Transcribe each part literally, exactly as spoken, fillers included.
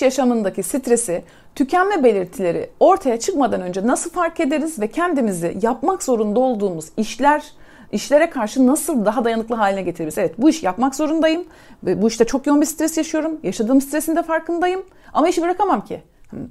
yaşamındaki stresi, tükenme belirtileri ortaya çıkmadan önce nasıl fark ederiz ve kendimizi yapmak zorunda olduğumuz işler, işlere karşı nasıl daha dayanıklı haline getiririz? Evet, bu işi yapmak zorundayım ve bu işte çok yoğun bir stres yaşıyorum. Yaşadığım stresin de farkındayım ama işi bırakamam ki.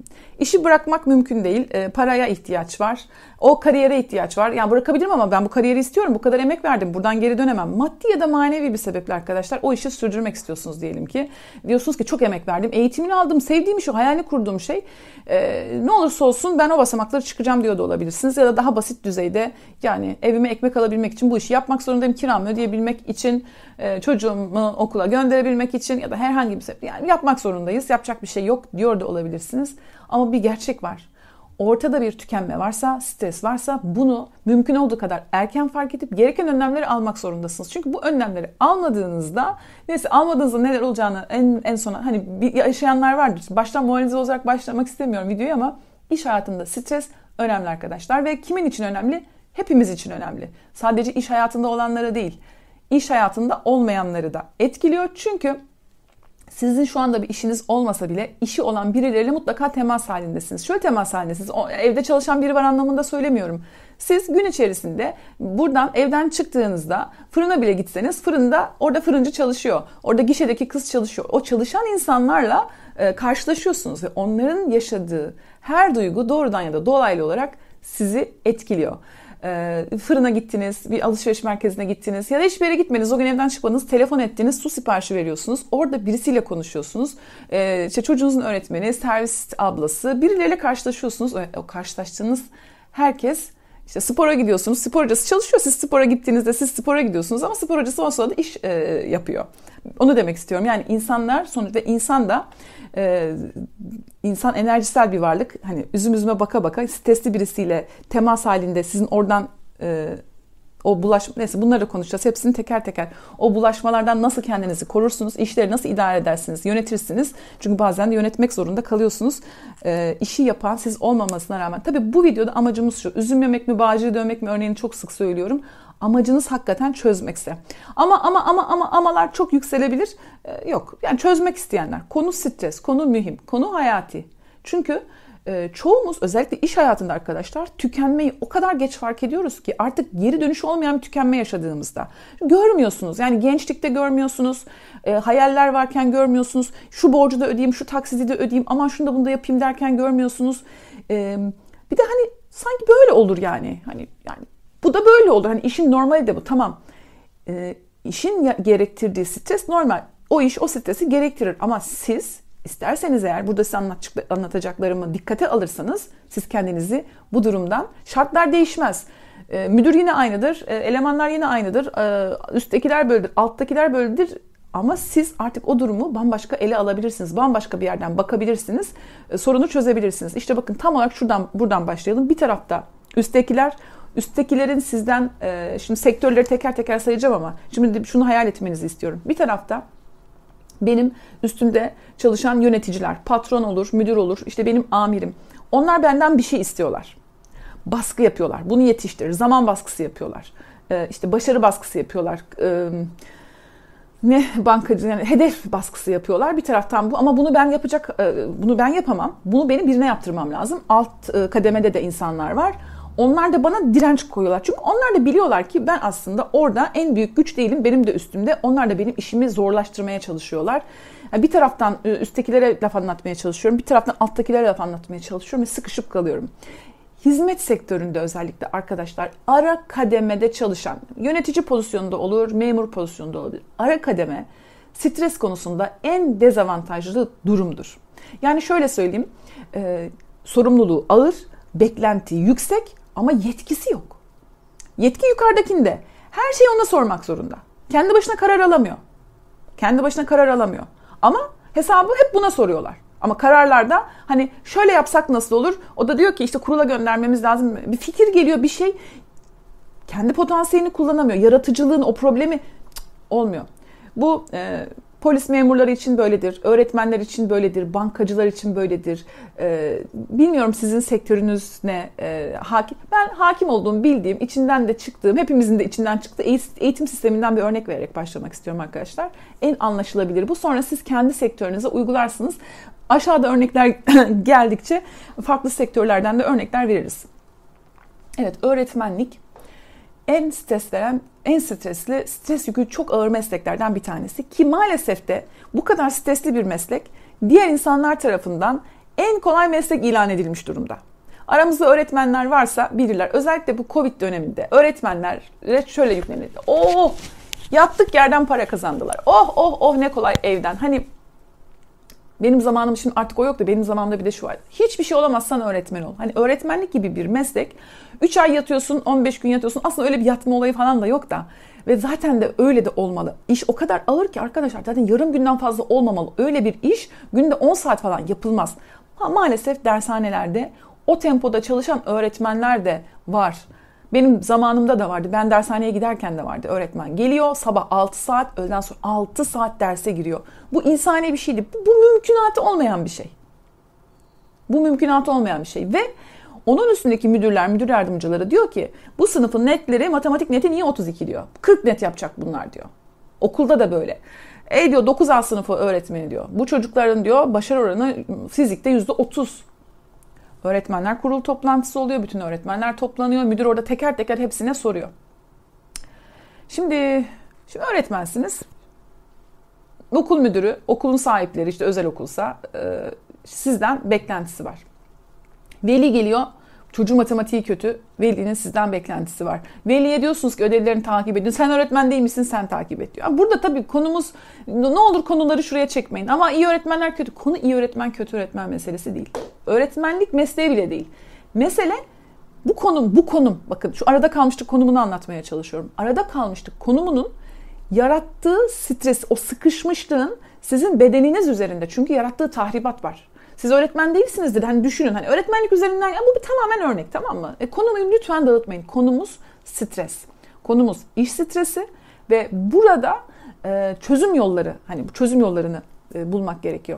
İşi bırakmak mümkün değil. E, paraya ihtiyaç var. O kariyere ihtiyaç var. Yani bırakabilirim ama ben bu kariyeri istiyorum. Bu kadar emek verdim. Buradan geri dönemem. Maddi ya da manevi bir sebeple arkadaşlar o işi sürdürmek istiyorsunuz diyelim ki. Diyorsunuz ki çok emek verdim. Eğitimini aldım. Sevdiğim iş o. Hayalini kurduğum şey. E, ne olursa olsun ben o basamakları çıkacağım diyor da olabilirsiniz. Ya da daha basit düzeyde yani evime ekmek alabilmek için bu işi yapmak zorundayım. Kiramı ödeyebilmek için, e, çocuğumu okula gönderebilmek için ya da herhangi bir sebep. Yani yapmak zorundayız. Yapacak bir şey yok diyor da olabilirsiniz. Ama bir gerçek var. Ortada bir tükenme varsa, stres varsa bunu mümkün olduğu kadar erken fark edip gereken önlemleri almak zorundasınız. Çünkü bu önlemleri almadığınızda, neyse almadığınızda neler olacağını en, en sona hani bir yaşayanlar vardır. Baştan moralize olarak başlamak istemiyorum videoyu ama iş hayatında stres önemli arkadaşlar. Ve kimin için önemli? Hepimiz için önemli. Sadece iş hayatında olanlara değil, iş hayatında olmayanları da etkiliyor. Çünkü sizin şu anda bir işiniz olmasa bile işi olan birileriyle mutlaka temas halindesiniz. Şöyle temas halindesiniz. O, evde çalışan biri var anlamında söylemiyorum. Siz gün içerisinde buradan evden çıktığınızda fırına bile gitseniz fırında orada fırıncı çalışıyor. Orada gişedeki kız çalışıyor. O çalışan insanlarla e, karşılaşıyorsunuz ve onların yaşadığı her duygu doğrudan ya da dolaylı olarak sizi etkiliyor. Fırına gittiniz, bir alışveriş merkezine gittiniz ya da hiçbir yere gitmediniz, o gün evden çıkmadınız, telefon ettiniz, su siparişi veriyorsunuz. Orada birisiyle konuşuyorsunuz. İşte çocuğunuzun öğretmeni, servis ablası, birileriyle karşılaşıyorsunuz. O karşılaştığınız herkes, işte spora gidiyorsunuz, spor hocası çalışıyor. Siz spora gittiğinizde siz spora gidiyorsunuz ama spor hocası o sırada iş yapıyor. Onu demek istiyorum. Yani insanlar sonuçta insan da Ee, insan enerjisel bir varlık. Hani üzüm üzüme baka baka stresli birisiyle temas halinde sizin oradan e, o bulaş neyse bunları da konuşacağız. Hepsini teker teker. O bulaşmalardan nasıl kendinizi korursunuz? İşleri nasıl idare edersiniz? Yönetirsiniz. Çünkü bazen de yönetmek zorunda kalıyorsunuz. E, işi yapan siz olmamasına rağmen. Tabii bu videoda amacımız şu. Üzüm yemek mi, bağcığı dövmek mi örneğini çok sık söylüyorum. Amacınız hakikaten çözmekse. Ama ama ama ama amalar çok yükselebilir. Ee, yok. Yani çözmek isteyenler. Konu stres, konu mühim, konu hayati. Çünkü e, çoğumuz özellikle iş hayatında arkadaşlar tükenmeyi o kadar geç fark ediyoruz ki artık geri dönüş olmayan bir tükenme yaşadığımızda. Görmüyorsunuz. Yani gençlikte görmüyorsunuz. E, hayaller varken görmüyorsunuz. Şu borcu da ödeyeyim, şu taksidi de ödeyeyim. Aman şunu da bunu da yapayım derken görmüyorsunuz. E, bir de hani sanki böyle olur yani. Hani yani bu da böyle olur. Hani işin normali de bu. Tamam. E, işin gerektirdiği stres normal. O iş o stresi gerektirir. Ama siz isterseniz eğer burada size anlatacaklarımı dikkate alırsanız siz kendinizi bu durumdan şartlar değişmez. E, müdür yine aynıdır. E, elemanlar yine aynıdır. E, üsttekiler böyledir. Alttakiler böyledir. Ama siz artık o durumu bambaşka ele alabilirsiniz. Bambaşka bir yerden bakabilirsiniz. E, sorunu çözebilirsiniz. İşte bakın tam olarak şuradan buradan başlayalım. Bir tarafta üsttekiler Üsttekilerin sizden, şimdi sektörleri teker teker sayacağım ama şimdi şunu hayal etmenizi istiyorum. Bir tarafta benim üstümde çalışan yöneticiler, patron olur, müdür olur, işte benim amirim. Onlar benden bir şey istiyorlar. Baskı yapıyorlar, bunu yetiştirir, zaman baskısı yapıyorlar. İşte başarı baskısı yapıyorlar. Ne bankacı yani hedef baskısı yapıyorlar bir taraftan bu ama bunu ben yapacak, bunu ben yapamam. Bunu benim birine yaptırmam lazım. Alt kademede de insanlar var. Onlar da bana direnç koyuyorlar. Çünkü onlar da biliyorlar ki ben aslında orada en büyük güç değilim. Benim de üstümde. Onlar da benim işimi zorlaştırmaya çalışıyorlar. Yani bir taraftan üsttekilere laf anlatmaya çalışıyorum. Bir taraftan alttakilere laf anlatmaya çalışıyorum ve sıkışıp kalıyorum. Hizmet sektöründe özellikle arkadaşlar ara kademede çalışan, yönetici pozisyonunda olur, memur pozisyonunda olabilir. Ara kademe stres konusunda en dezavantajlı durumdur. Yani şöyle söyleyeyim, e, sorumluluğu ağır, beklenti yüksek ama yetkisi yok. Yetki yukarıdakinde. Her şeyi ona sormak zorunda. Kendi başına karar alamıyor. Kendi başına karar alamıyor. Ama hesabı hep buna soruyorlar. Ama kararlarda hani şöyle yapsak nasıl olur? O da diyor ki işte kurula göndermemiz lazım. Bir fikir geliyor, bir şey. Kendi potansiyelini kullanamıyor. Yaratıcılığın o problemi cık, olmuyor. Bu e, Polis memurları için böyledir, öğretmenler için böyledir, bankacılar için böyledir. Ee, bilmiyorum sizin sektörünüz ne? Ee, hakim. Ben hakim olduğum, bildiğim, içinden de çıktığım, hepimizin de içinden çıktığı eğitim sisteminden bir örnek vererek başlamak istiyorum arkadaşlar. En anlaşılabilir bu. Sonra siz kendi sektörünüze uygularsınız. Aşağıda örnekler geldikçe farklı sektörlerden de örnekler veririz. Evet, öğretmenlik en stres veren, en stresli, stres yükü çok ağır mesleklerden bir tanesi. Ki maalesef de bu kadar stresli bir meslek diğer insanlar tarafından en kolay meslek ilan edilmiş durumda. Aramızda öğretmenler varsa bilirler. Özellikle bu Covid döneminde öğretmenlere şöyle yüklenildi. Oh, yattık yerden para kazandılar. Oh oh oh ne kolay evden. Hani benim zamanım şimdi artık o yoktu. Benim zamanımda bir de şu var. Hiçbir şey olamazsan öğretmen ol. Hani öğretmenlik gibi bir meslek. üç ay yatıyorsun, on beş gün yatıyorsun. Aslında öyle bir yatma olayı falan da yok da. Ve zaten de öyle de olmalı. İş o kadar ağır ki arkadaşlar. Zaten yarım günden fazla olmamalı. Öyle bir iş günde on saat falan yapılmaz. Ha, maalesef dershanelerde o tempoda çalışan öğretmenler de var. Benim zamanımda da vardı. Ben dershaneye giderken de vardı öğretmen. Geliyor sabah altı saat, öğleden sonra altı saat derse giriyor. Bu insani bir şeydi. Bu, bu mümkünatı olmayan bir şey. Bu mümkünatı olmayan bir şey. Ve onun üstündeki müdürler, müdür yardımcıları diyor ki bu sınıfın netleri, matematik neti niye otuz iki diyor. kırk net yapacak bunlar diyor. Okulda da böyle. E diyor dokuz A sınıfı öğretmeni diyor. Bu çocukların diyor başarı oranı fizikte yüzde otuz. Öğretmenler kurulu toplantısı oluyor. Bütün öğretmenler toplanıyor. Müdür orada teker teker hepsine soruyor. Şimdi, şimdi öğretmensiniz. Okul müdürü, okulun sahipleri işte özel okulsa sizden beklentisi var. Veli geliyor. Çocuğun matematiği kötü. Velinin sizden beklentisi var. Veliye diyorsunuz ki ödevlerini takip edin. Sen öğretmen değil misin? Sen takip et diyor. Burada tabii konumuz ne olur konuları şuraya çekmeyin. Ama iyi öğretmenler kötü. Konu iyi öğretmen kötü öğretmen meselesi değil. Öğretmenlik mesleği bile değil. Mesele bu konum, bu konum. Bakın şu arada kalmıştık konumunu anlatmaya çalışıyorum. Arada kalmıştık konumunun yarattığı stres, o sıkışmışlığın sizin bedeniniz üzerinde. Çünkü yarattığı tahribat var. Siz öğretmen değilsinizdir. Hani düşünün. Hani öğretmenlik üzerinden ya bu bir tamamen örnek, tamam mı? E, konuyu lütfen dağıtmayın. Konumuz stres. Konumuz iş stresi ve burada e, çözüm yolları, hani bu çözüm yollarını e, bulmak gerekiyor.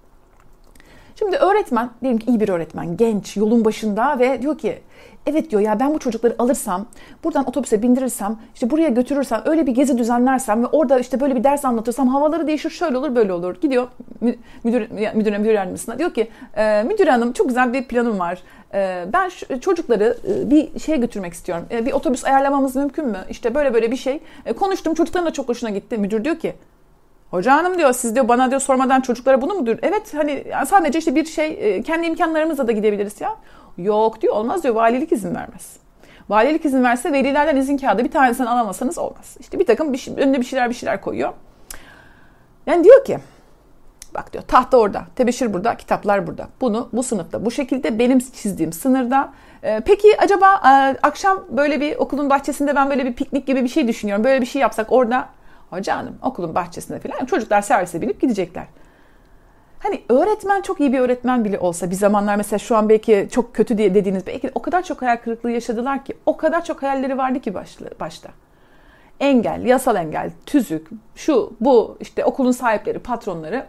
Şimdi öğretmen, diyelim ki iyi bir öğretmen, genç, yolun başında ve diyor ki evet diyor ya ben bu çocukları alırsam, buradan otobüse bindirirsem, işte buraya götürürsem, öyle bir gezi düzenlersem ve orada işte böyle bir ders anlatırsam havaları değişir, şöyle olur, böyle olur. Gidiyor müdür, müdür, müdür yardımcısına diyor ki e, müdür hanım çok güzel bir planım var. E, ben şu, çocukları e, bir şeye götürmek istiyorum. E, bir otobüs ayarlamamız mümkün mü? İşte böyle böyle bir şey. E, konuştum, çocukların da çok hoşuna gitti. Müdür diyor ki hoca hanım diyor siz diyor bana diyor sormadan çocuklara bunu mu diyor? Evet hani sadece işte bir şey kendi imkanlarımızla da gidebiliriz ya. Yok diyor olmaz diyor valilik izin vermez. Valilik izin verse velilerden izin kağıdı bir tanesini alamasanız olmaz. İşte bir takım bir şey, önüne bir şeyler bir şeyler koyuyor. Yani diyor ki bak diyor tahta orada, tebeşir burada, kitaplar burada. Bunu bu sınıfta bu şekilde benim çizdiğim sınırda. Ee, peki acaba e, akşam böyle bir okulun bahçesinde ben böyle bir piknik gibi bir şey düşünüyorum. Böyle bir şey yapsak orada. Hoca hanım okulun bahçesinde falan çocuklar servise binip gidecekler. Hani öğretmen çok iyi bir öğretmen bile olsa bir zamanlar mesela şu an belki çok kötü diye dediğiniz belki o kadar çok hayal kırıklığı yaşadılar ki o kadar çok hayalleri vardı ki başta. Engel, yasal engel, tüzük, şu bu işte okulun sahipleri, patronları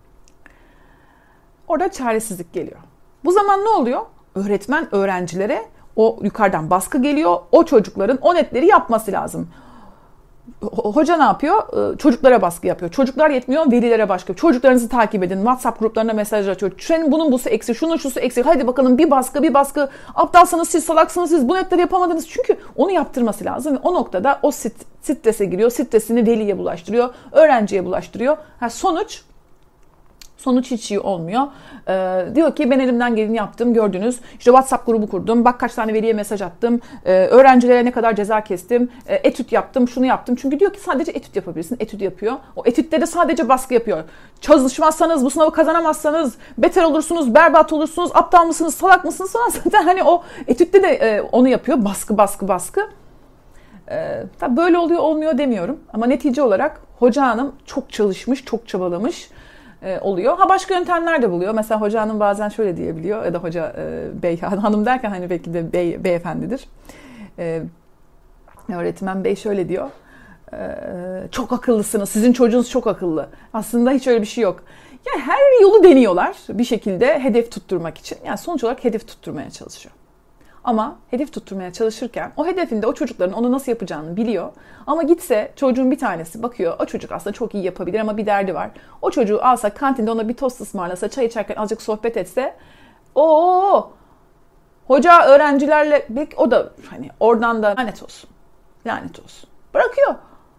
orada çaresizlik geliyor. Bu zaman ne oluyor? Öğretmen öğrencilere o yukarıdan baskı geliyor. O çocukların o netleri yapması lazım. Hoca ne yapıyor? Çocuklara baskı yapıyor. Çocuklar yetmiyor, velilere baskı yapıyor. Çocuklarınızı takip edin. WhatsApp gruplarına mesaj atıyor. Senin bunun busu eksik, şunun şusu eksik. Hadi bakalım bir baskı, bir baskı. Aptalsanız siz, salaksınız siz. Bu netleri yapamadınız. Çünkü onu yaptırması lazım. Ve o noktada o strese giriyor. Stresini veliye bulaştırıyor. Öğrenciye bulaştırıyor. Ha, sonuç Sonuç hiç iyi olmuyor. Ee, diyor ki ben elimden geleni yaptım gördünüz. İşte WhatsApp grubu kurdum. Bak kaç tane veliye mesaj attım. Ee, öğrencilere ne kadar ceza kestim. Ee, etüt yaptım, şunu yaptım. Çünkü diyor ki sadece etüt yapabilirsin. Etüt yapıyor. O etütte de sadece baskı yapıyor. Çalışmazsanız, bu sınavı kazanamazsanız beter olursunuz, berbat olursunuz, aptal mısınız, salak mısınız falan. Zaten hani o etütte de e, onu yapıyor. Baskı, baskı, baskı. Ee, tabii böyle oluyor olmuyor demiyorum. Ama netice olarak hoca hanım çok çalışmış, çok çabalamış. Oluyor. Ha başka yöntemler de buluyor. Mesela hoca hanım bazen şöyle diyebiliyor ya da hoca e, bey hanım derken hani belki de bey, beyefendidir. E, öğretmen bey şöyle diyor. çok akıllısınız, sizin çocuğunuz çok akıllı. Aslında hiç öyle bir şey yok. Yani her yolu deniyorlar bir şekilde hedef tutturmak için. Yani sonuç olarak hedef tutturmaya çalışıyor. Ama hedef tutturmaya çalışırken o hedefinde o çocukların onu nasıl yapacağını biliyor. Ama gitse çocuğun bir tanesi bakıyor, o çocuk aslında çok iyi yapabilir ama bir derdi var. O çocuğu alsa kantinde ona bir tost ısmarlasa, çay içerken azıcık sohbet etse, o hoca öğrencilerle, belki o da hani oradan da lanet olsun, lanet olsun. Bırakıyor.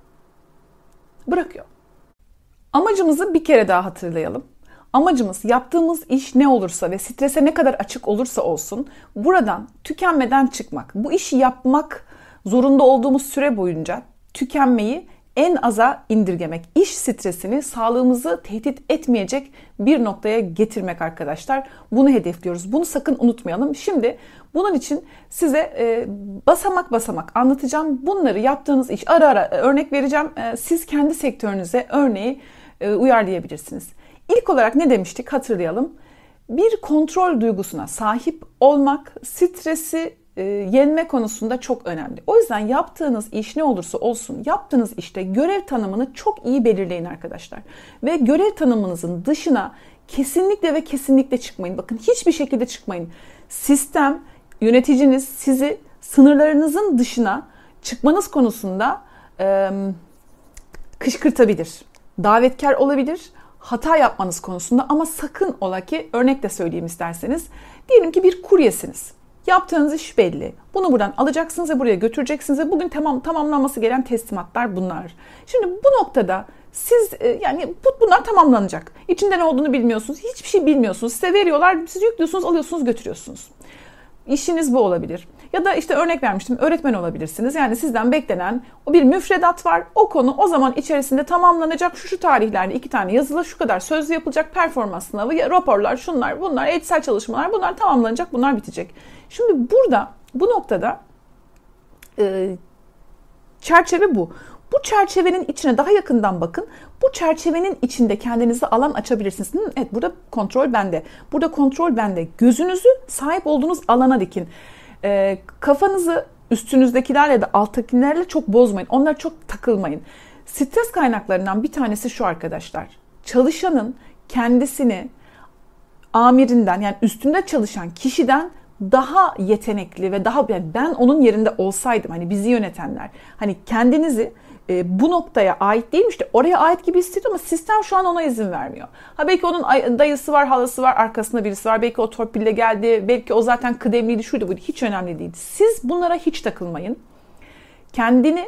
Bırakıyor. Amacımızı bir kere daha hatırlayalım. Amacımız yaptığımız iş ne olursa ve strese ne kadar açık olursa olsun buradan tükenmeden çıkmak. Bu işi yapmak zorunda olduğumuz süre boyunca tükenmeyi en aza indirgemek. İş stresini sağlığımızı tehdit etmeyecek bir noktaya getirmek arkadaşlar. Bunu hedefliyoruz. Bunu sakın unutmayalım. Şimdi bunun için size e, basamak basamak anlatacağım. Bunları yaptığınız iş, ara ara örnek vereceğim. E, siz kendi sektörünüze örneği e, uyarlayabilirsiniz. İlk olarak ne demiştik hatırlayalım. Bir kontrol duygusuna sahip olmak, stresi e, yenme konusunda çok önemli. O yüzden yaptığınız iş ne olursa olsun, yaptığınız işte görev tanımını çok iyi belirleyin arkadaşlar. Ve görev tanımınızın dışına kesinlikle ve kesinlikle çıkmayın. Bakın hiçbir şekilde çıkmayın. Sistem, yöneticiniz sizi sınırlarınızın dışına çıkmanız konusunda e, kışkırtabilir. Davetkar olabilir. Hata yapmanız konusunda, ama sakın ola ki, örnek de söyleyeyim isterseniz. Diyelim ki bir kuryesiniz. Yaptığınız iş belli. Bunu buradan alacaksınız ve buraya götüreceksiniz ve bugün tamam tamamlanması gereken teslimatlar bunlar. Şimdi bu noktada siz yani bunlar tamamlanacak. İçinde ne olduğunu bilmiyorsunuz. Hiçbir şey bilmiyorsunuz. Size veriyorlar. Siz yüklüyorsunuz, alıyorsunuz, götürüyorsunuz. İşiniz bu olabilir. Ya da işte örnek vermiştim, öğretmen olabilirsiniz. Yani sizden beklenen o bir müfredat var. O konu o zaman içerisinde tamamlanacak. Şu şu tarihlerde iki tane yazılı, şu kadar sözlü yapılacak, performans sınavı, raporlar, şunlar, bunlar, eğitsel çalışmalar, bunlar tamamlanacak, bunlar bitecek. Şimdi burada, bu noktada e, çerçeve bu. Bu çerçevenin içine daha yakından bakın. Bu çerçevenin içinde kendinize alan açabilirsiniz. Hı, evet, burada kontrol bende. Burada kontrol bende. Gözünüzü sahip olduğunuz alana dikin. E, kafanızı üstünüzdekilerle de alttakilerle çok bozmayın. Onlara çok takılmayın. Stres kaynaklarından bir tanesi şu arkadaşlar. Çalışanın kendisini amirinden, yani üstünde çalışan kişiden daha yetenekli ve daha, yani ben onun yerinde olsaydım, hani bizi yönetenler, hani kendinizi e, bu noktaya ait değilmiş de oraya ait gibi hissediyor ama sistem şu an ona izin vermiyor. Ha belki onun dayısı var, halası var, arkasında birisi var. Belki o torpille geldi. Belki o zaten kıdemliydi, şuydu buydu. Hiç önemli değil. Siz bunlara hiç takılmayın. Kendini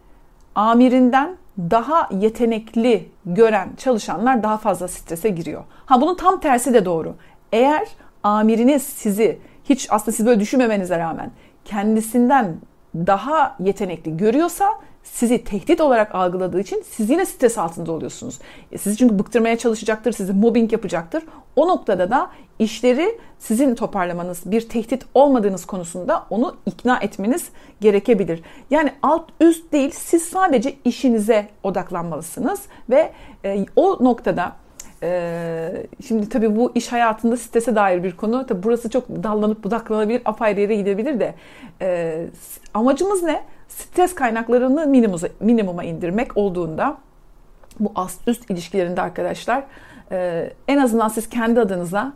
amirinden daha yetenekli gören çalışanlar daha fazla strese giriyor. Ha bunun tam tersi de doğru. Eğer amiriniz sizi hiç aslında siz böyle düşünmemenize rağmen kendisinden daha yetenekli görüyorsa, sizi tehdit olarak algıladığı için siz yine stres altında oluyorsunuz. Sizi çünkü bıktırmaya çalışacaktır, sizi mobbing yapacaktır. O noktada da işleri sizin toparlamanız, bir tehdit olmadığınız konusunda onu ikna etmeniz gerekebilir. Yani alt üst değil, siz sadece işinize odaklanmalısınız ve e, o noktada e, şimdi tabii bu iş hayatında strese dair bir konu. Tabii burası çok dallanıp budaklanabilir, apayrı yere gidebilir de e, amacımız ne? Stres kaynaklarını minimuma, minimuma indirmek olduğunda bu ast üst ilişkilerinde arkadaşlar e, en azından siz kendi adınıza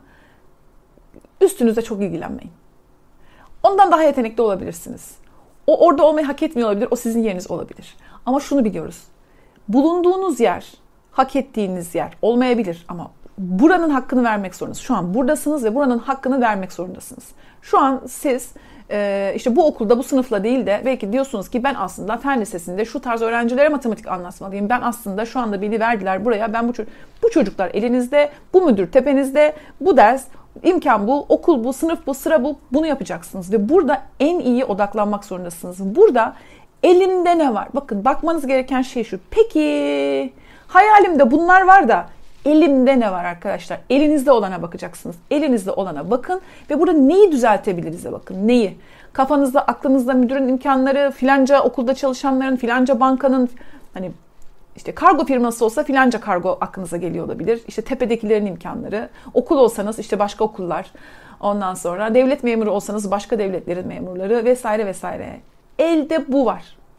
üstünüze çok ilgilenmeyin. Ondan daha yetenekli olabilirsiniz. O orada olmayı hak etmiyor olabilir. O sizin yeriniz olabilir. Ama şunu biliyoruz. Bulunduğunuz yer, hak ettiğiniz yer olmayabilir ama buranın hakkını vermek zorundasınız. Şu an buradasınız ve buranın hakkını vermek zorundasınız. Şu an siz işte bu okulda bu sınıfla değil de belki diyorsunuz ki ben aslında fen lisesinde şu tarz öğrencilere matematik anlatmalıyım. Ben aslında şu anda beni verdiler buraya. Ben bu, bu çocuklar elinizde, bu müdür tepenizde, bu ders, imkan bu, okul bu, sınıf bu, sıra bu. Bunu yapacaksınız ve burada en iyi odaklanmak zorundasınız. Burada elimde ne var? Bakın bakmanız gereken şey şu. Peki hayalimde bunlar var da elimde ne var arkadaşlar? Elinizde olana bakacaksınız. Elinizde olana bakın ve burada neyi düzeltebiliriz'e bakın. Neyi? Kafanızda, aklınızda müdürün imkanları, filanca okulda çalışanların, filanca bankanın, hani işte kargo firması olsa filanca kargo aklınıza geliyor olabilir. İşte tepedekilerin imkanları. Okul olsanız işte başka okullar. Ondan sonra devlet memuru olsanız başka devletlerin memurları vesaire vesaire. Elde bu var.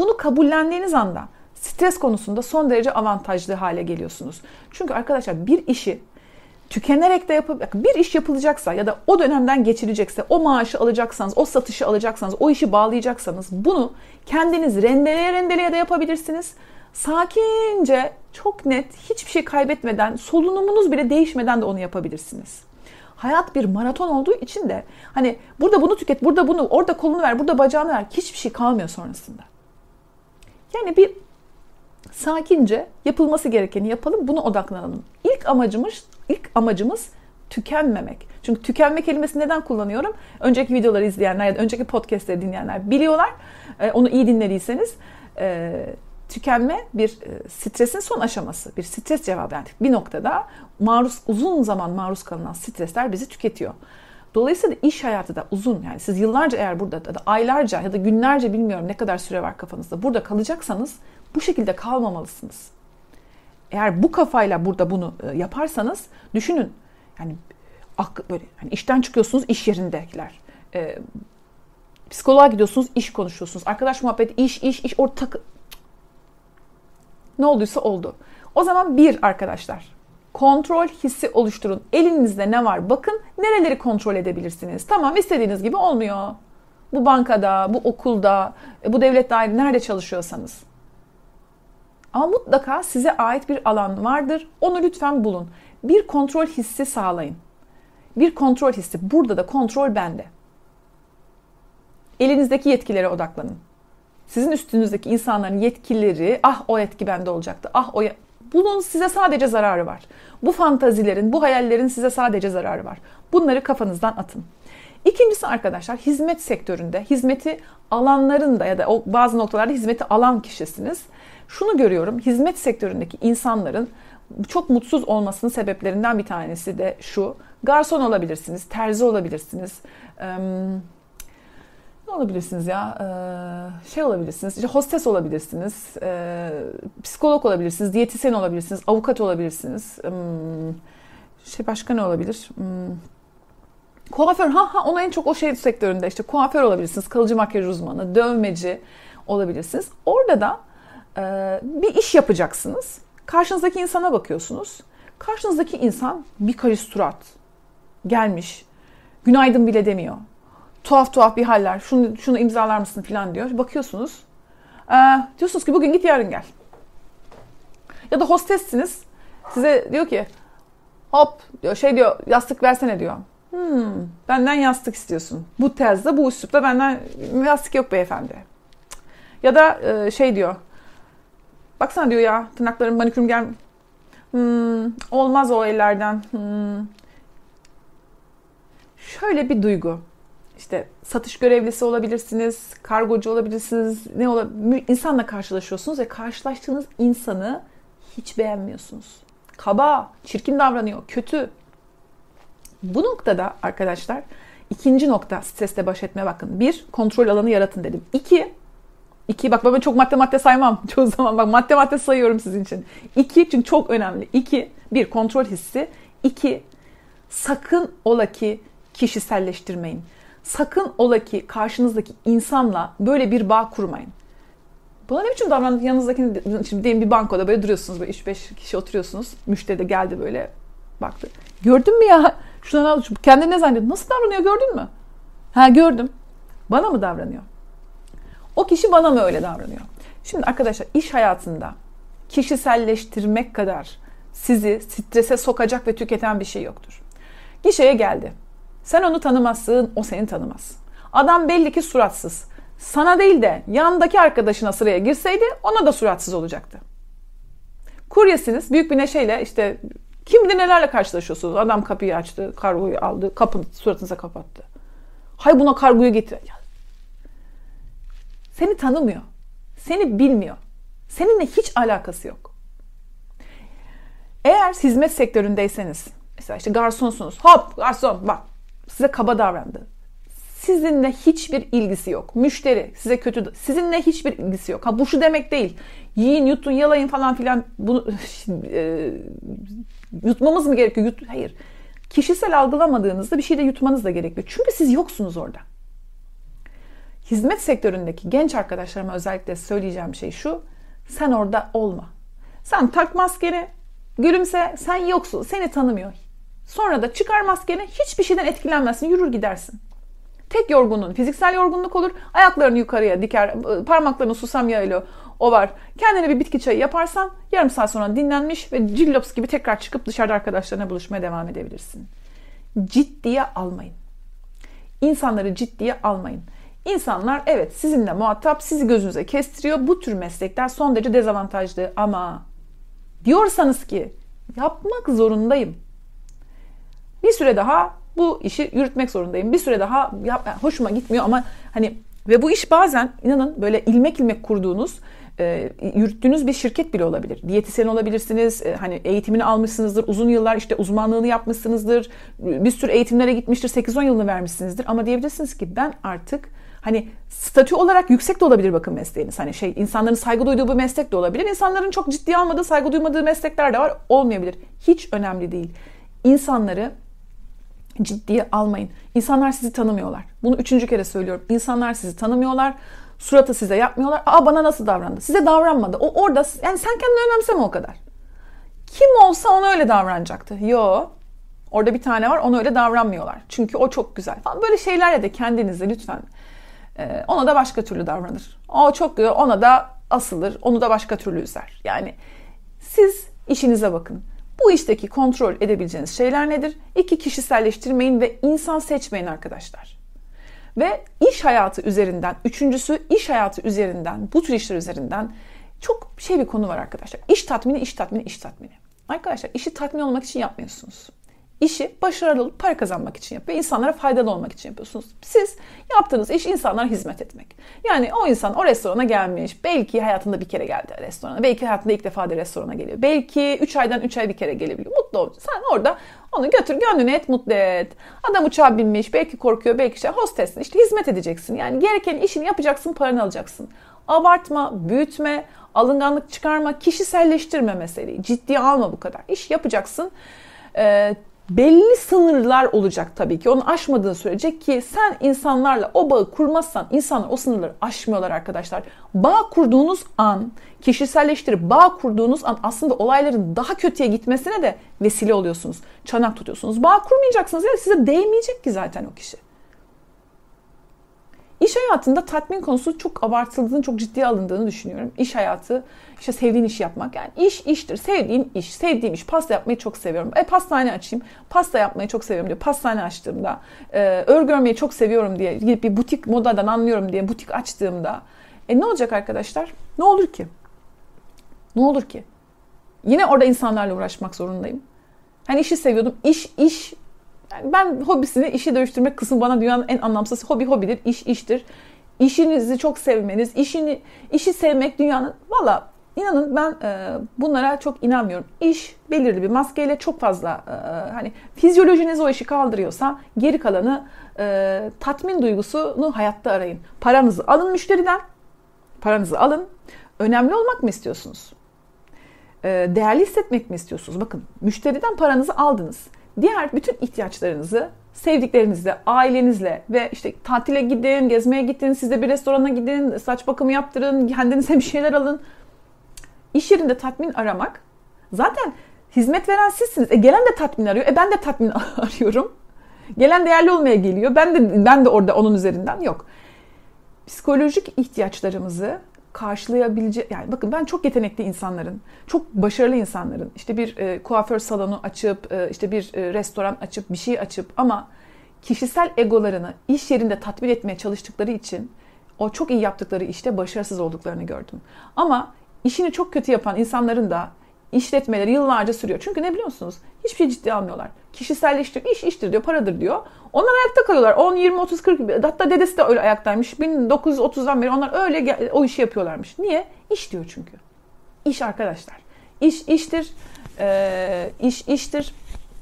Bunu kabullendiğiniz anda stres konusunda son derece avantajlı hale geliyorsunuz. Çünkü arkadaşlar bir işi tükenerek de yapıp bir iş yapılacaksa ya da o dönemden geçirecekse, o maaşı alacaksanız, o satışı alacaksanız, o işi bağlayacaksanız bunu kendiniz rendeleye rendeleye de yapabilirsiniz. Sakince, çok net, hiçbir şey kaybetmeden, solunumunuz bile değişmeden de onu yapabilirsiniz. Hayat bir maraton olduğu için de hani burada bunu tüket, burada bunu, orada kolunu ver, burada bacağını ver. Hiçbir şey kalmıyor sonrasında. Yani bir sakince yapılması gerekeni yapalım, buna odaklanalım. İlk amacımız, ilk amacımız tükenmemek. Çünkü tükenme kelimesini neden kullanıyorum? Önceki videoları izleyenler ya da önceki podcastleri dinleyenler biliyorlar. Onu iyi dinlediyseniz tükenme bir stresin son aşaması, bir stres cevabı. Yani bir noktada maruz, uzun zaman maruz kalınan stresler bizi tüketiyor. Dolayısıyla iş hayatı da uzun, yani siz yıllarca eğer burada ya da aylarca ya da günlerce, bilmiyorum ne kadar süre var kafanızda, burada kalacaksanız bu şekilde kalmamalısınız. Eğer bu kafayla burada bunu yaparsanız düşünün, yani böyle yani işten çıkıyorsunuz, iş yerindekiler. E, psikoloğa gidiyorsunuz, iş konuşuyorsunuz. Arkadaş muhabbeti, iş, iş, iş, orta takı... Ne olduysa oldu. O zaman bir arkadaşlar, kontrol hissi oluşturun. Elinizde ne var? Bakın nereleri kontrol edebilirsiniz. Tamam, istediğiniz gibi olmuyor. Bu bankada, bu okulda, bu devlet daire nerede çalışıyorsanız. Ama mutlaka size ait bir alan vardır. Onu lütfen bulun. Bir kontrol hissi sağlayın. Bir kontrol hissi. Burada da kontrol bende. Elinizdeki yetkilere odaklanın. Sizin üstünüzdeki insanların yetkileri, ah o yetki bende olacaktı, ah o... Bunun size sadece zararı var. Bu fantazilerin, bu hayallerin size sadece zararı var. Bunları kafanızdan atın. İkincisi arkadaşlar, hizmet sektöründe, hizmeti alanlarında ya da o bazı noktalarda hizmeti alan kişisiniz. Şunu görüyorum, hizmet sektöründeki insanların çok mutsuz olmasının sebeplerinden bir tanesi de şu. Garson olabilirsiniz, terzi olabilirsiniz, ne olabilirsiniz ya, şey olabilirsiniz, işte hostes olabilirsiniz, psikolog olabilirsiniz, diyetisyen olabilirsiniz, avukat olabilirsiniz, şey başka ne olabilir? Kuaför, ha ha ona en çok o şey sektöründe işte kuaför olabilirsiniz, kalıcı makyaj uzmanı, dövmeci olabilirsiniz. Orada da e, bir iş yapacaksınız. Karşınızdaki insana bakıyorsunuz. Karşınızdaki insan bir karış surat gelmiş, günaydın bile demiyor. Tuhaf tuhaf bir haller, şunu, şunu imzalar mısın falan diyor. Bakıyorsunuz, e, diyorsunuz ki bugün git yarın gel. Ya da hostessiniz, size diyor ki hop diyor, şey diyor, yastık versene diyor. Hmm, benden yastık istiyorsun. Bu tarzda, bu üslupta benden yastık yok beyefendi. Ya da e, şey diyor. Baksana diyor ya, tırnaklarım, manikürüm gel. Hmm, olmaz o ellerden. Hmm. Şöyle bir duygu. İşte satış görevlisi olabilirsiniz, kargocu olabilirsiniz. Ne olabilir? İnsanla karşılaşıyorsunuz ve karşılaştığınız insanı hiç beğenmiyorsunuz. Kaba, çirkin davranıyor, kötü. Bu noktada arkadaşlar ikinci nokta stresle baş etmeye bakın. Bir, kontrol alanı yaratın dedim. İki, iki bak ben çok madde madde saymam çoğu zaman. Bak madde madde sayıyorum sizin için. İki, çünkü çok önemli. İki, bir kontrol hissi. İki, sakın ola ki kişiselleştirmeyin. Sakın ola ki karşınızdaki insanla böyle bir bağ kurmayın. Buna ne biçim davranın? Yanınızdaki, şimdi diyelim bir bankoda böyle duruyorsunuz. Böyle üç beş kişi oturuyorsunuz. Müşteri de geldi böyle baktı. Gördün mü ya? Şuna al, kendini ne zannediyor? Nasıl davranıyor, gördün mü? Ha, gördüm. Bana mı davranıyor? O kişi bana mı öyle davranıyor? Şimdi arkadaşlar, iş hayatında kişiselleştirmek kadar sizi strese sokacak ve tüketen bir şey yoktur. Gişeye geldi. Sen onu tanımazsın, o seni tanımaz. Adam belli ki suratsız. Sana değil de yandaki arkadaşına sıraya girseydi ona da suratsız olacaktı. Kuryesiniz, büyük bir neşeyle işte kim bilir nelerle karşılaşıyorsunuz. Adam kapıyı açtı, kargoyu aldı, kapını suratınıza kapattı. Hay buna kargoyu getir. Seni tanımıyor. Seni bilmiyor. Seninle hiç alakası yok. Eğer hizmet sektöründeyseniz, mesela işte garsonsunuz. Hop garson bak size kaba davrandı. Sizinle hiçbir ilgisi yok. Müşteri size kötü, sizinle hiçbir ilgisi yok. Ha bu şu demek değil. Yiyin, yutun, yalayın falan filan. Bunu e, yutmamız mı gerekiyor? Yut, hayır. Kişisel algılamadığınızda bir şey de yutmanız da gerekiyor. Çünkü siz yoksunuz orada. hizmet sektöründeki genç arkadaşlarıma özellikle söyleyeceğim şey şu: sen orada olma. Sen tak maskeni, gülümse, sen yoksun, seni tanımıyor. Sonra da çıkar maskeni, hiçbir şeyden etkilenmezsin, yürür gidersin. Tek yorgunluğun fiziksel yorgunluk olur. Ayaklarını yukarıya diker, parmaklarını susam yağıyla ovar. Kendine bir bitki çayı yaparsan yarım saat sonra dinlenmiş ve cillops gibi tekrar çıkıp dışarıda arkadaşlarına buluşmaya devam edebilirsin. Ciddiye almayın. İnsanları ciddiye almayın. İnsanlar evet sizinle muhatap, sizi gözünüze kestiriyor. Bu tür meslekler son derece dezavantajlı ama diyorsanız ki yapmak zorundayım, bir süre daha bu işi yürütmek zorundayım, bir süre daha yap, hoşuma gitmiyor ama hani ve bu iş bazen inanın böyle ilmek ilmek kurduğunuz, e, yürüttüğünüz bir şirket bile olabilir. Diyetisyen olabilirsiniz, e, hani eğitimini almışsınızdır, uzun yıllar işte uzmanlığını yapmışsınızdır, bir sürü eğitimlere gitmiştir, sekiz on yılını vermişsinizdir ama diyebilirsiniz ki ben artık hani statü olarak yüksek de olabilir bakın mesleğiniz. Hani şey insanların saygı duyduğu bir meslek de olabilir. İnsanların çok ciddiye almadığı, saygı duymadığı meslekler de var. Olmayabilir. Hiç önemli değil. İnsanları ciddiye almayın. İnsanlar sizi tanımıyorlar. Bunu üçüncü kere söylüyorum. İnsanlar sizi tanımıyorlar. Suratı size yapmıyorlar. Aa bana nasıl davrandı? Size davranmadı. O orada yani sen kendini önemseme o kadar. Kim olsa ona öyle davranacaktı. Yo. Orada bir tane var. Ona öyle davranmıyorlar. Çünkü o çok güzel. Falan. Böyle şeylerle de kendinize lütfen e, ona da başka türlü davranır. O çok güzel. Ona da asılır. Onu da başka türlü üzer. Yani siz işinize bakın. Bu işteki kontrol edebileceğiniz şeyler nedir? İki, kişiselleştirmeyin ve insan seçmeyin arkadaşlar. Ve iş hayatı üzerinden, üçüncüsü iş hayatı üzerinden, bu tür işler üzerinden çok şey bir konu var arkadaşlar. İş tatmini, iş tatmini, iş tatmini. Arkadaşlar işi tatmin olmak için yapmıyorsunuz. İşi başarılı olup para kazanmak için yapıyor. İnsanlara faydalı olmak için yapıyorsunuz. Siz yaptığınız iş insanlara hizmet etmek. Yani o insan o restorana gelmiş. Belki hayatında bir kere geldi restorana. Belki hayatında ilk defa da restorana geliyor. Belki üç aydan üç ay bir kere gelebiliyor. Mutlu ol. Sen orada onu götür, gönlünü et, mutlu et. Adam uçağa binmiş. Belki korkuyor. Belki şey hostessin. İşte hizmet edeceksin. Yani gereken işini yapacaksın, paranı alacaksın. Abartma, büyütme, alınganlık çıkarma, kişiselleştirme meseleyi. Ciddiye alma bu kadar. İş yapacaksın. Ee, Belli sınırlar olacak tabii ki. Onu aşmadığın sürece ki sen insanlarla o bağı kurmazsan insanlar o sınırları aşmıyorlar arkadaşlar. Bağ kurduğunuz an, kişiselleştirip bağ kurduğunuz an aslında olayların daha kötüye gitmesine de vesile oluyorsunuz. Çanak tutuyorsunuz. Bağ kurmayacaksınız ya size değmeyecek ki zaten o kişi. İş hayatında tatmin konusu çok abartıldığını, çok ciddiye alındığını düşünüyorum. İş hayatı, işte sevdiğin işi yapmak. Yani iş iştir. Sevdiğin iş. Sevdiğim iş. Pasta yapmayı çok seviyorum. E pastane açayım. Pasta yapmayı çok seviyorum diyor. Pastane açtığımda, e, örgü örmeyi çok seviyorum diye, gidip bir butik modadan anlıyorum diye butik açtığımda. E ne olacak arkadaşlar? Ne olur ki? Ne olur ki? Yine orada insanlarla uğraşmak zorundayım. Hani işi seviyordum. İş, iş. Yani ben hobisini işi dönüştürmek kısmı bana dünyanın en anlamsız hobi hobidir, iş iştir. İşinizi çok sevmeniz, işini işi sevmek dünyanın valla inanın ben e, bunlara çok inanmıyorum. İş belirli bir maskeyle çok fazla e, hani fizyolojiniz o işi kaldırıyorsa geri kalanı e, tatmin duygusunu hayatta arayın. Paranızı alın müşteriden, paranızı alın. Önemli olmak mı istiyorsunuz? E, değerli hissetmek mi istiyorsunuz? Bakın müşteriden paranızı aldınız. Diğer bütün ihtiyaçlarınızı sevdiklerinizle, ailenizle ve işte tatile gidin, gezmeye gidin, siz de bir restorana gidin, saç bakımı yaptırın, kendinize bir şeyler alın. İş yerinde tatmin aramak, zaten hizmet veren sizsiniz. E gelen de tatmin arıyor, e ben de tatmin arıyorum. Gelen değerli olmaya geliyor, ben de ben de orada onun üzerinden yok. Psikolojik ihtiyaçlarımızı karşılayabilecek, yani bakın ben çok yetenekli insanların, çok başarılı insanların işte bir e, kuaför salonu açıp, e, işte bir e, restoran açıp, bir şey açıp ama kişisel egolarını iş yerinde tatmin etmeye çalıştıkları için o çok iyi yaptıkları işte başarısız olduklarını gördüm. Ama işini çok kötü yapan insanların da işletmeleri yıllarca sürüyor. Çünkü ne biliyor musunuz? Hiçbir şey ciddiye almıyorlar. Kişiselleştir, iş iştir diyor, paradır diyor. Onlar ayakta kalıyorlar. on, yirmi, otuz, kırk, hatta dedesi de öyle ayaktaymış. bin dokuz yüz otuzdan beri onlar öyle o işi yapıyorlarmış. Niye? İş diyor çünkü. İş arkadaşlar. İş iştir. Ee, iş iştir.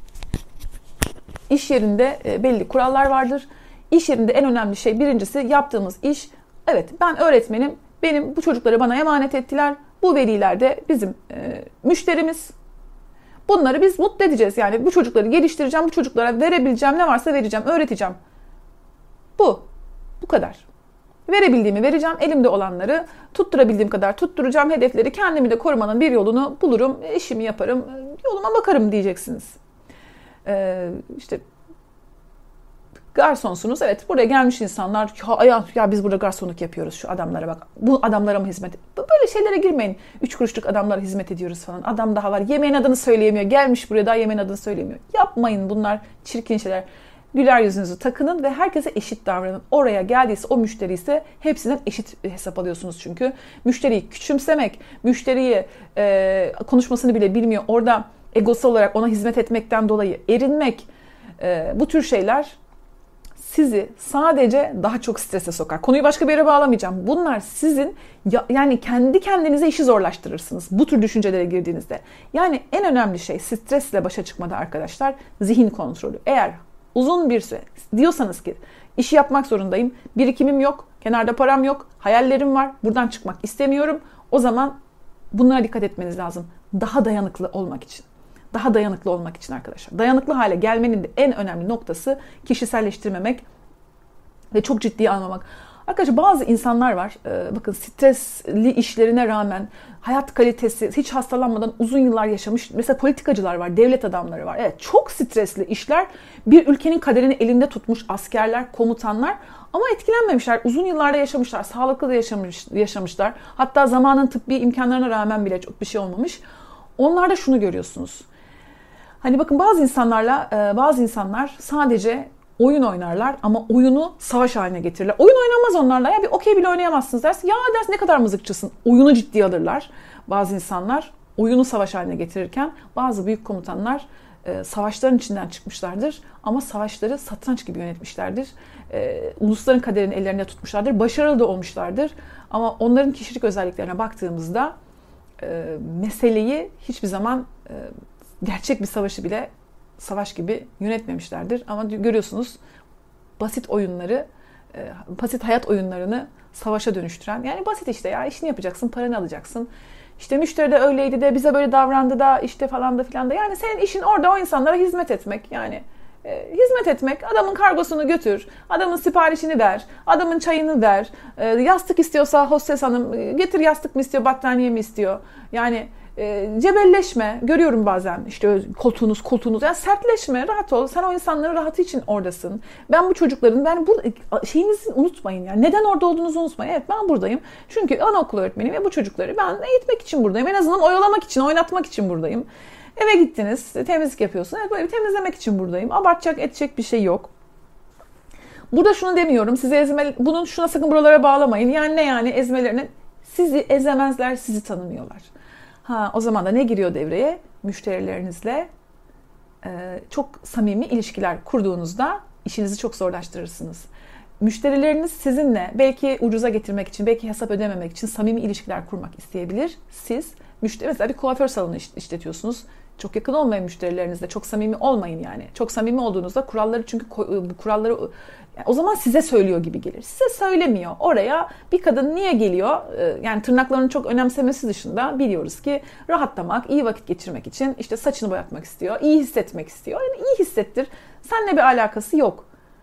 İş yerinde belli kurallar vardır. İş yerinde en önemli şey birincisi yaptığımız iş. Evet ben öğretmenim. Benim bu çocukları bana emanet ettiler. Bu veliler de bizim e, müşterimiz. Bunları biz mutlu edeceğiz. Yani bu çocukları geliştireceğim, bu çocuklara verebileceğim ne varsa vereceğim, öğreteceğim. Bu. Bu kadar. Verebildiğimi vereceğim. Elimde olanları tutturabildiğim kadar tutturacağım. Hedefleri kendimi de korumanın bir yolunu bulurum. İşimi yaparım. Yoluma bakarım diyeceksiniz. Ee, işte garsonsunuz. Evet, buraya gelmiş insanlar ya, ya biz burada garsonluk yapıyoruz, şu adamlara bak. Bu adamlara mı hizmet? Böyle şeylere girmeyin. Üç kuruşluk adamlara hizmet ediyoruz falan. Adam daha var. Yemeğin adını söyleyemiyor. Gelmiş buraya daha yemeğin adını söyleyemiyor. Yapmayın, bunlar çirkin şeyler. Güler yüzünüzü takının ve herkese eşit davranın. Oraya geldiyse o müşteri ise hepsinden eşit hesap alıyorsunuz çünkü. Müşteriyi küçümsemek, müşteriyi e, konuşmasını bile bilmiyor. Orada egosal olarak ona hizmet etmekten dolayı erinmek, e, bu tür şeyler sizi sadece daha çok strese sokar. Konuyu başka bir yere bağlamayacağım. Bunlar sizin ya, yani kendi kendinize işi zorlaştırırsınız bu tür düşüncelere girdiğinizde. Yani en önemli şey stresle başa çıkmada arkadaşlar zihin kontrolü. Eğer uzun bir süre diyorsanız ki işi yapmak zorundayım, birikimim yok, kenarda param yok, hayallerim var, buradan çıkmak istemiyorum. O zaman bunlara dikkat etmeniz lazım. Daha dayanıklı olmak için. Daha dayanıklı olmak için arkadaşlar. Dayanıklı hale gelmenin de en önemli noktası kişiselleştirmemek ve çok ciddiye almamak. Arkadaşlar bazı insanlar var, bakın stresli işlerine rağmen hayat kalitesi hiç hastalanmadan uzun yıllar yaşamış. Mesela politikacılar var, devlet adamları var. Evet, çok stresli işler, bir ülkenin kaderini elinde tutmuş askerler, komutanlar ama etkilenmemişler. Uzun yıllarda yaşamışlar, sağlıklı da yaşamış, yaşamışlar. Hatta zamanın tıbbi imkanlarına rağmen bile çok bir şey olmamış. Onlarda şunu görüyorsunuz. Hani bakın bazı insanlarla bazı insanlar sadece oyun oynarlar ama oyunu savaş haline getirirler. Oyun oynanmaz onlarla. Ya bir okey bile oynayamazsınız dersin. Ya dersin ne kadar mızıkçısın. Oyunu ciddiye alırlar. Bazı insanlar oyunu savaş haline getirirken bazı büyük komutanlar e, savaşların içinden çıkmışlardır. Ama savaşları satranç gibi yönetmişlerdir. E, ulusların kaderini ellerinde tutmuşlardır. Başarılı da olmuşlardır. Ama onların kişilik özelliklerine baktığımızda e, meseleyi hiçbir zaman e, gerçek bir savaşı bile savaş gibi yönetmemişlerdir. Ama görüyorsunuz basit oyunları, basit hayat oyunlarını savaşa dönüştüren. Yani basit işte ya, işini yapacaksın, paranı alacaksın. İşte müşteri de öyleydi de bize böyle davrandı da işte falan da filan da. Yani senin işin orada o insanlara hizmet etmek. Yani e, hizmet etmek. Adamın kargosunu götür, adamın siparişini ver, adamın çayını ver. E, yastık istiyorsa hostes hanım getir, yastık mı istiyor, battaniye mi istiyor? Yani E, cebelleşme. Görüyorum bazen işte koltuğunuz koltuğunuz. Yani sertleşme, rahat ol. Sen o insanların rahatı için oradasın. Ben bu çocukların, ben bu şeyinizi unutmayın yani. Neden orada olduğunuzu unutmayın. Evet, ben buradayım. Çünkü anaokulu öğretmeniyim ve bu çocukları ben eğitmek için buradayım. En azından oyalamak için, oynatmak için buradayım. Eve gittiniz, temizlik yapıyorsun. Evet, böyle temizlemek için buradayım. Abartacak, edecek bir şey yok. Burada şunu demiyorum. Sizi ezme, bunun şuna sakın buralara bağlamayın. Yani ne yani ezmelerine? Sizi ezemezler, sizi tanımıyorlar. Ha, o zaman da ne giriyor devreye? Müşterilerinizle e, çok samimi ilişkiler kurduğunuzda işinizi çok zorlaştırırsınız. Müşterileriniz sizinle belki ucuza getirmek için, belki hesap ödememek için samimi ilişkiler kurmak isteyebilir. Siz müşteri, mesela bir kuaför salonu işletiyorsunuz. Çok yakın olmayın müşterilerinizle, çok samimi olmayın yani. Çok samimi olduğunuzda kuralları, çünkü bu kuralları yani o zaman size söylüyor gibi gelir. Size söylemiyor. Oraya bir kadın niye geliyor? Yani tırnaklarını çok önemsemesi dışında biliyoruz ki rahatlamak, iyi vakit geçirmek için, işte saçını boyatmak istiyor, iyi hissetmek istiyor. Yani iyi hissettir. Seninle bir alakası yok.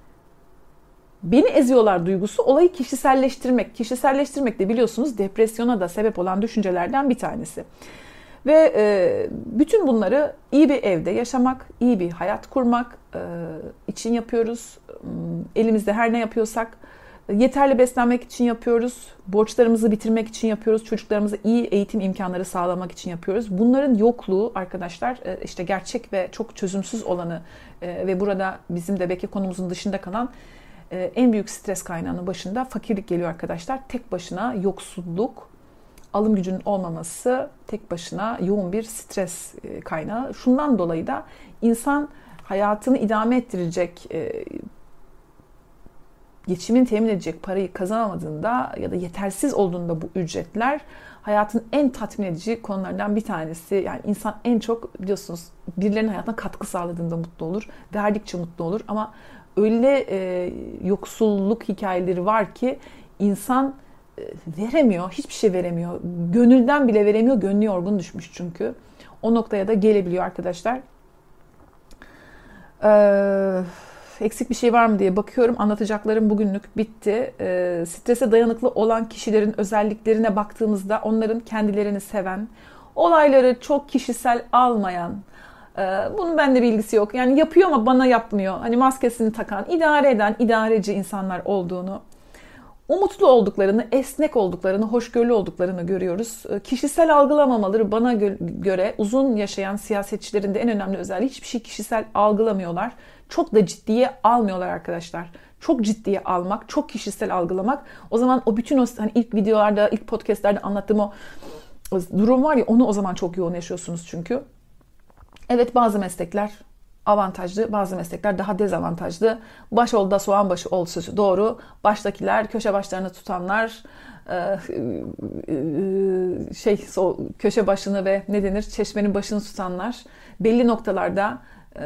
Beni eziyorlar duygusu olayı kişiselleştirmek. Kişiselleştirmek de biliyorsunuz depresyona da sebep olan düşüncelerden bir tanesi. Ve e, bütün bunları iyi bir evde yaşamak, iyi bir hayat kurmak e, için yapıyoruz. Elimizde her ne yapıyorsak yeterli beslenmek için yapıyoruz. Borçlarımızı bitirmek için yapıyoruz. Çocuklarımıza iyi eğitim imkanları sağlamak için yapıyoruz. Bunların yokluğu arkadaşlar e, işte gerçek ve çok çözümsüz olanı e, ve burada bizim de belki konumuzun dışında kalan e, en büyük stres kaynağının başında fakirlik geliyor arkadaşlar. Tek başına yoksulluk, alım gücünün olmaması tek başına yoğun bir stres kaynağı. Şundan dolayı da insan hayatını idame ettirecek, geçimini temin edecek parayı kazanamadığında ya da yetersiz olduğunda bu ücretler hayatın en tatmin edici konularından bir tanesi. Yani insan en çok biliyorsunuz birilerinin hayatına katkı sağladığında mutlu olur, verdikçe mutlu olur. Ama öyle e, yoksulluk hikayeleri var ki insan veremiyor, hiçbir şey veremiyor. Gönülden bile veremiyor, gönlü yorgun düşmüş çünkü. O noktaya da gelebiliyor arkadaşlar. Ee, eksik bir şey var mı diye bakıyorum. Anlatacaklarım bugünlük bitti. E, strese dayanıklı olan kişilerin özelliklerine baktığımızda onların kendilerini seven, olayları çok kişisel almayan, e, bunun benimle bir ilgisi yok. Yani yapıyor ama bana yapmıyor. Hani maskesini takan, idare eden, idareci insanlar olduğunu, umutlu olduklarını, esnek olduklarını, hoşgörülü olduklarını görüyoruz. Kişisel algılamamaları bana göre uzun yaşayan siyasetçilerin de en önemli özelliği, hiçbir şey kişisel algılamıyorlar. Çok da ciddiye almıyorlar arkadaşlar. Çok ciddiye almak, çok kişisel algılamak. O zaman o bütün o hani ilk videolarda, ilk podcastlerde anlattığım o durum var ya, onu o zaman çok yoğun yaşıyorsunuz çünkü. Evet, bazı meslekler avantajlı, bazı meslekler daha dezavantajlı. Baş ol da soğan başı ol sözü doğru. Baştakiler, köşe başlarını tutanlar, şey köşe başını ve ne denir çeşmenin başını tutanlar, belli noktalarda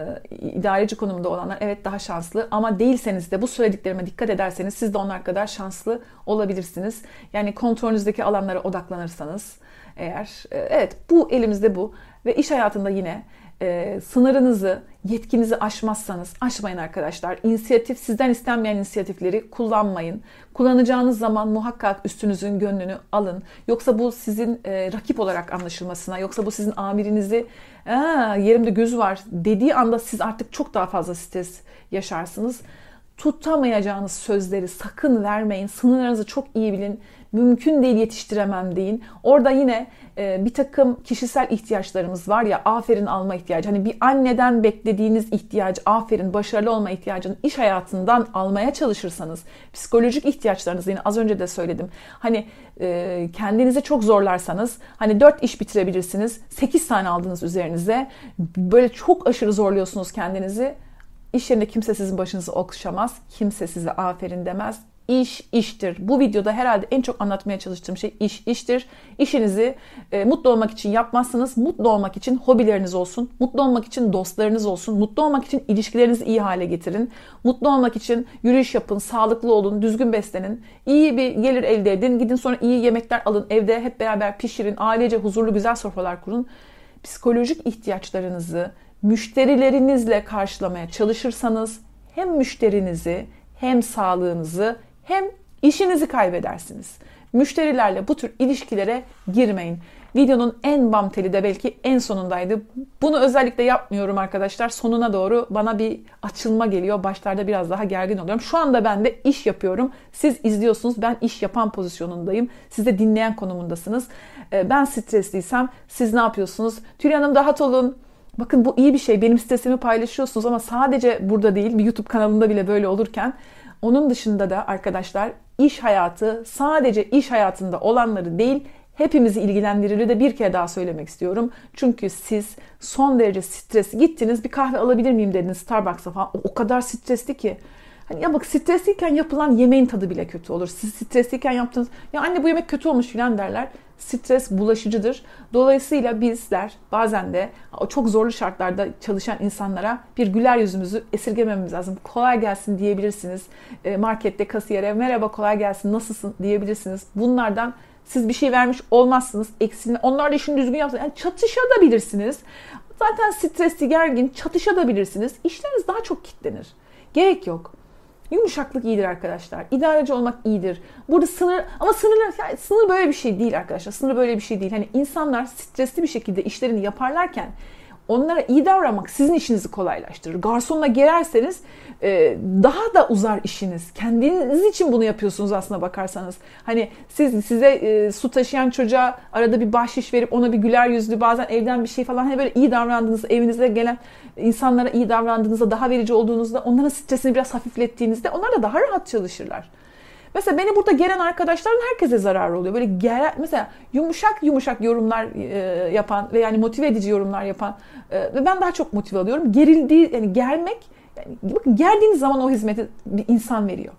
idareci konumda olanlar evet daha şanslı, ama değilseniz de bu söylediklerime dikkat ederseniz siz de onlar kadar şanslı olabilirsiniz. Yani kontrolünüzdeki alanlara odaklanırsanız eğer, evet bu elimizde bu ve iş hayatında yine e, sınırınızı, yetkinizi aşmazsanız aşmayın arkadaşlar. İnisiyatif, sizden istenmeyen inisiyatifleri kullanmayın. Kullanacağınız zaman muhakkak üstünüzün gönlünü alın. Yoksa bu sizin e, rakip olarak anlaşılmasına, yoksa bu sizin amirinizi yerimde gözü var dediği anda siz artık çok daha fazla stres yaşarsınız. Tutamayacağınız sözleri sakın vermeyin. Sınırlarınızı çok iyi bilin. Mümkün değil yetiştiremem deyin. Orada yine e, bir takım kişisel ihtiyaçlarımız var ya, aferin alma ihtiyacı. Hani bir anneden beklediğiniz ihtiyacı, aferin, başarılı olma ihtiyacını iş hayatından almaya çalışırsanız, psikolojik ihtiyaçlarınızı yine az önce de söyledim. Hani e, kendinizi çok zorlarsanız, hani dört iş bitirebilirsiniz, sekiz tane aldınız üzerinize. Böyle çok aşırı zorluyorsunuz kendinizi. İş yerinde kimse sizin başınızı okşamaz, kimse size aferin demez. İş iştir. Bu videoda herhalde en çok anlatmaya çalıştığım şey iş iştir. İşinizi e, mutlu olmak için yapmazsınız. Mutlu olmak için hobileriniz olsun. Mutlu olmak için dostlarınız olsun. Mutlu olmak için ilişkilerinizi iyi hale getirin. Mutlu olmak için yürüyüş yapın, sağlıklı olun, düzgün beslenin. İyi bir gelir elde edin. Gidin sonra iyi yemekler alın. Evde hep beraber pişirin. Ailece huzurlu güzel sofralar kurun. Psikolojik ihtiyaçlarınızı müşterilerinizle karşılamaya çalışırsanız hem müşterinizi hem sağlığınızı hem işinizi kaybedersiniz. Müşterilerle bu tür ilişkilere girmeyin. Videonun en bam teli de belki en sonundaydı. Bunu özellikle yapmıyorum arkadaşlar. Sonuna doğru bana bir açılma geliyor. Başlarda biraz daha gergin oluyorum. Şu anda ben de iş yapıyorum. Siz izliyorsunuz. Ben iş yapan pozisyonundayım. Siz de dinleyen konumundasınız. Ben stresliysem siz ne yapıyorsunuz? Tülay Hanım rahat olun. Bakın bu iyi bir şey. Benim stresimi paylaşıyorsunuz ama sadece burada değil, bir YouTube kanalında bile böyle olurken, onun dışında da arkadaşlar iş hayatı sadece iş hayatında olanları değil, hepimizi ilgilendirir de bir kere daha söylemek istiyorum. Çünkü siz son derece stresli, gittiniz bir kahve alabilir miyim dediniz Starbucks'a falan. O, o kadar stresli ki. Hani ya bak, stresliyken yapılan yemeğin tadı bile kötü olur. Siz stresliyken yaptığınız, ya anne bu yemek kötü olmuş filan derler. Stres bulaşıcıdır. Dolayısıyla bizler bazen de o çok zorlu şartlarda çalışan insanlara bir güler yüzümüzü esirgemememiz lazım. Kolay gelsin diyebilirsiniz. Markette kasiyere merhaba kolay gelsin nasılsın diyebilirsiniz. Bunlardan siz bir şey vermiş olmazsınız. Eksilme. Onlar da işini düzgün yapsın. Yani çatışabilirsiniz. Zaten stresli, gergin, çatışabilirsiniz. İşleriniz daha çok kilitlenir. Gerek yok. Yumuşaklık iyidir arkadaşlar. İdareci olmak iyidir. Burada sınır, ama sınırlar, yani sınır böyle bir şey değil arkadaşlar. Sınır böyle bir şey değil. Hani insanlar stresli bir şekilde işlerini yaparlarken onlara iyi davranmak sizin işinizi kolaylaştırır. Garsonla gelerseniz e, daha da uzar işiniz. Kendiniz için bunu yapıyorsunuz aslına bakarsanız. Hani siz size e, su taşıyan çocuğa arada bir bahşiş verip ona bir güler yüzlü, bazen evden bir şey falan, hani böyle iyi davrandığınızda, evinize gelen insanlara iyi davrandığınızda, daha verici olduğunuzda, onların stresini biraz hafiflettiğinizde onlar da daha rahat çalışırlar. Mesela beni burada gelen arkadaşların herkese zararı oluyor. Böyle gel, mesela yumuşak yumuşak yorumlar e, yapan ve yani motive edici yorumlar yapan e, ve ben daha çok motive alıyorum. Gerildiği, yani germek, yani bakın gerdiğiniz zaman o hizmeti bir insan veriyor.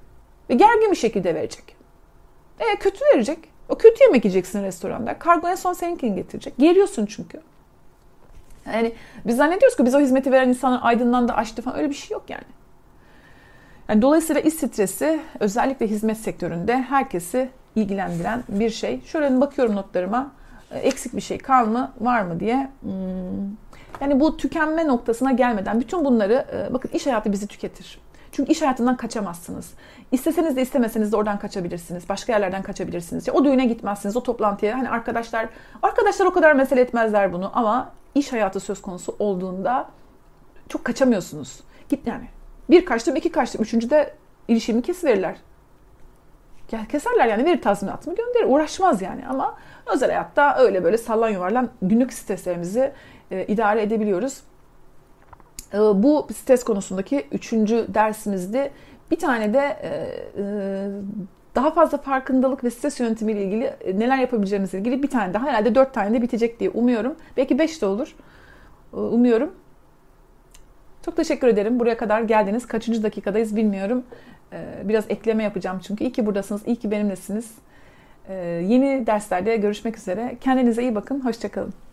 Ve gergin bir şekilde verecek. E kötü verecek. O kötü yemek yiyeceksin restoranda. Kargo en son seninkini getirecek. Geriyorsun çünkü. Yani biz zannediyoruz ki biz o hizmeti veren insanlar aydınlandı, açtı falan. Öyle bir şey yok yani. Yani dolayısıyla iş stresi özellikle hizmet sektöründe herkesi ilgilendiren bir şey. Şöyle bakıyorum notlarıma, eksik bir şey kal mı var mı diye. Hmm. Yani bu tükenme noktasına gelmeden bütün bunları, bakın iş hayatı bizi tüketir. Çünkü iş hayatından kaçamazsınız. İsteseniz de istemeseniz de oradan kaçabilirsiniz. Başka yerlerden kaçabilirsiniz. O düğüne gitmezsiniz, o toplantıya. Hani arkadaşlar, arkadaşlar o kadar mesele etmezler bunu ama iş hayatı söz konusu olduğunda çok kaçamıyorsunuz. Git yani. Bir kaçtım, iki kaçtım, üçüncüde ilişkimi kesiverirler. Ya keserler yani, verir tazminatımı, gönderir. Uğraşmaz yani ama özel hayatta öyle böyle sallan yuvarlan günlük streslerimizi e, idare edebiliyoruz. E, bu stres konusundaki üçüncü dersimizdi. Bir tane de e, e, daha fazla farkındalık ve stres yönetimiyle ilgili e, neler yapabileceğimizle ilgili bir tane daha, herhalde dört tane de bitecek diye umuyorum. Belki beş de olur. E, umuyorum. Çok teşekkür ederim. Buraya kadar geldiniz. Kaçıncı dakikadayız bilmiyorum. Biraz ekleme yapacağım çünkü. İyi ki buradasınız. İyi ki benimlesiniz. Yeni derslerde görüşmek üzere. Kendinize iyi bakın. Hoşça kalın.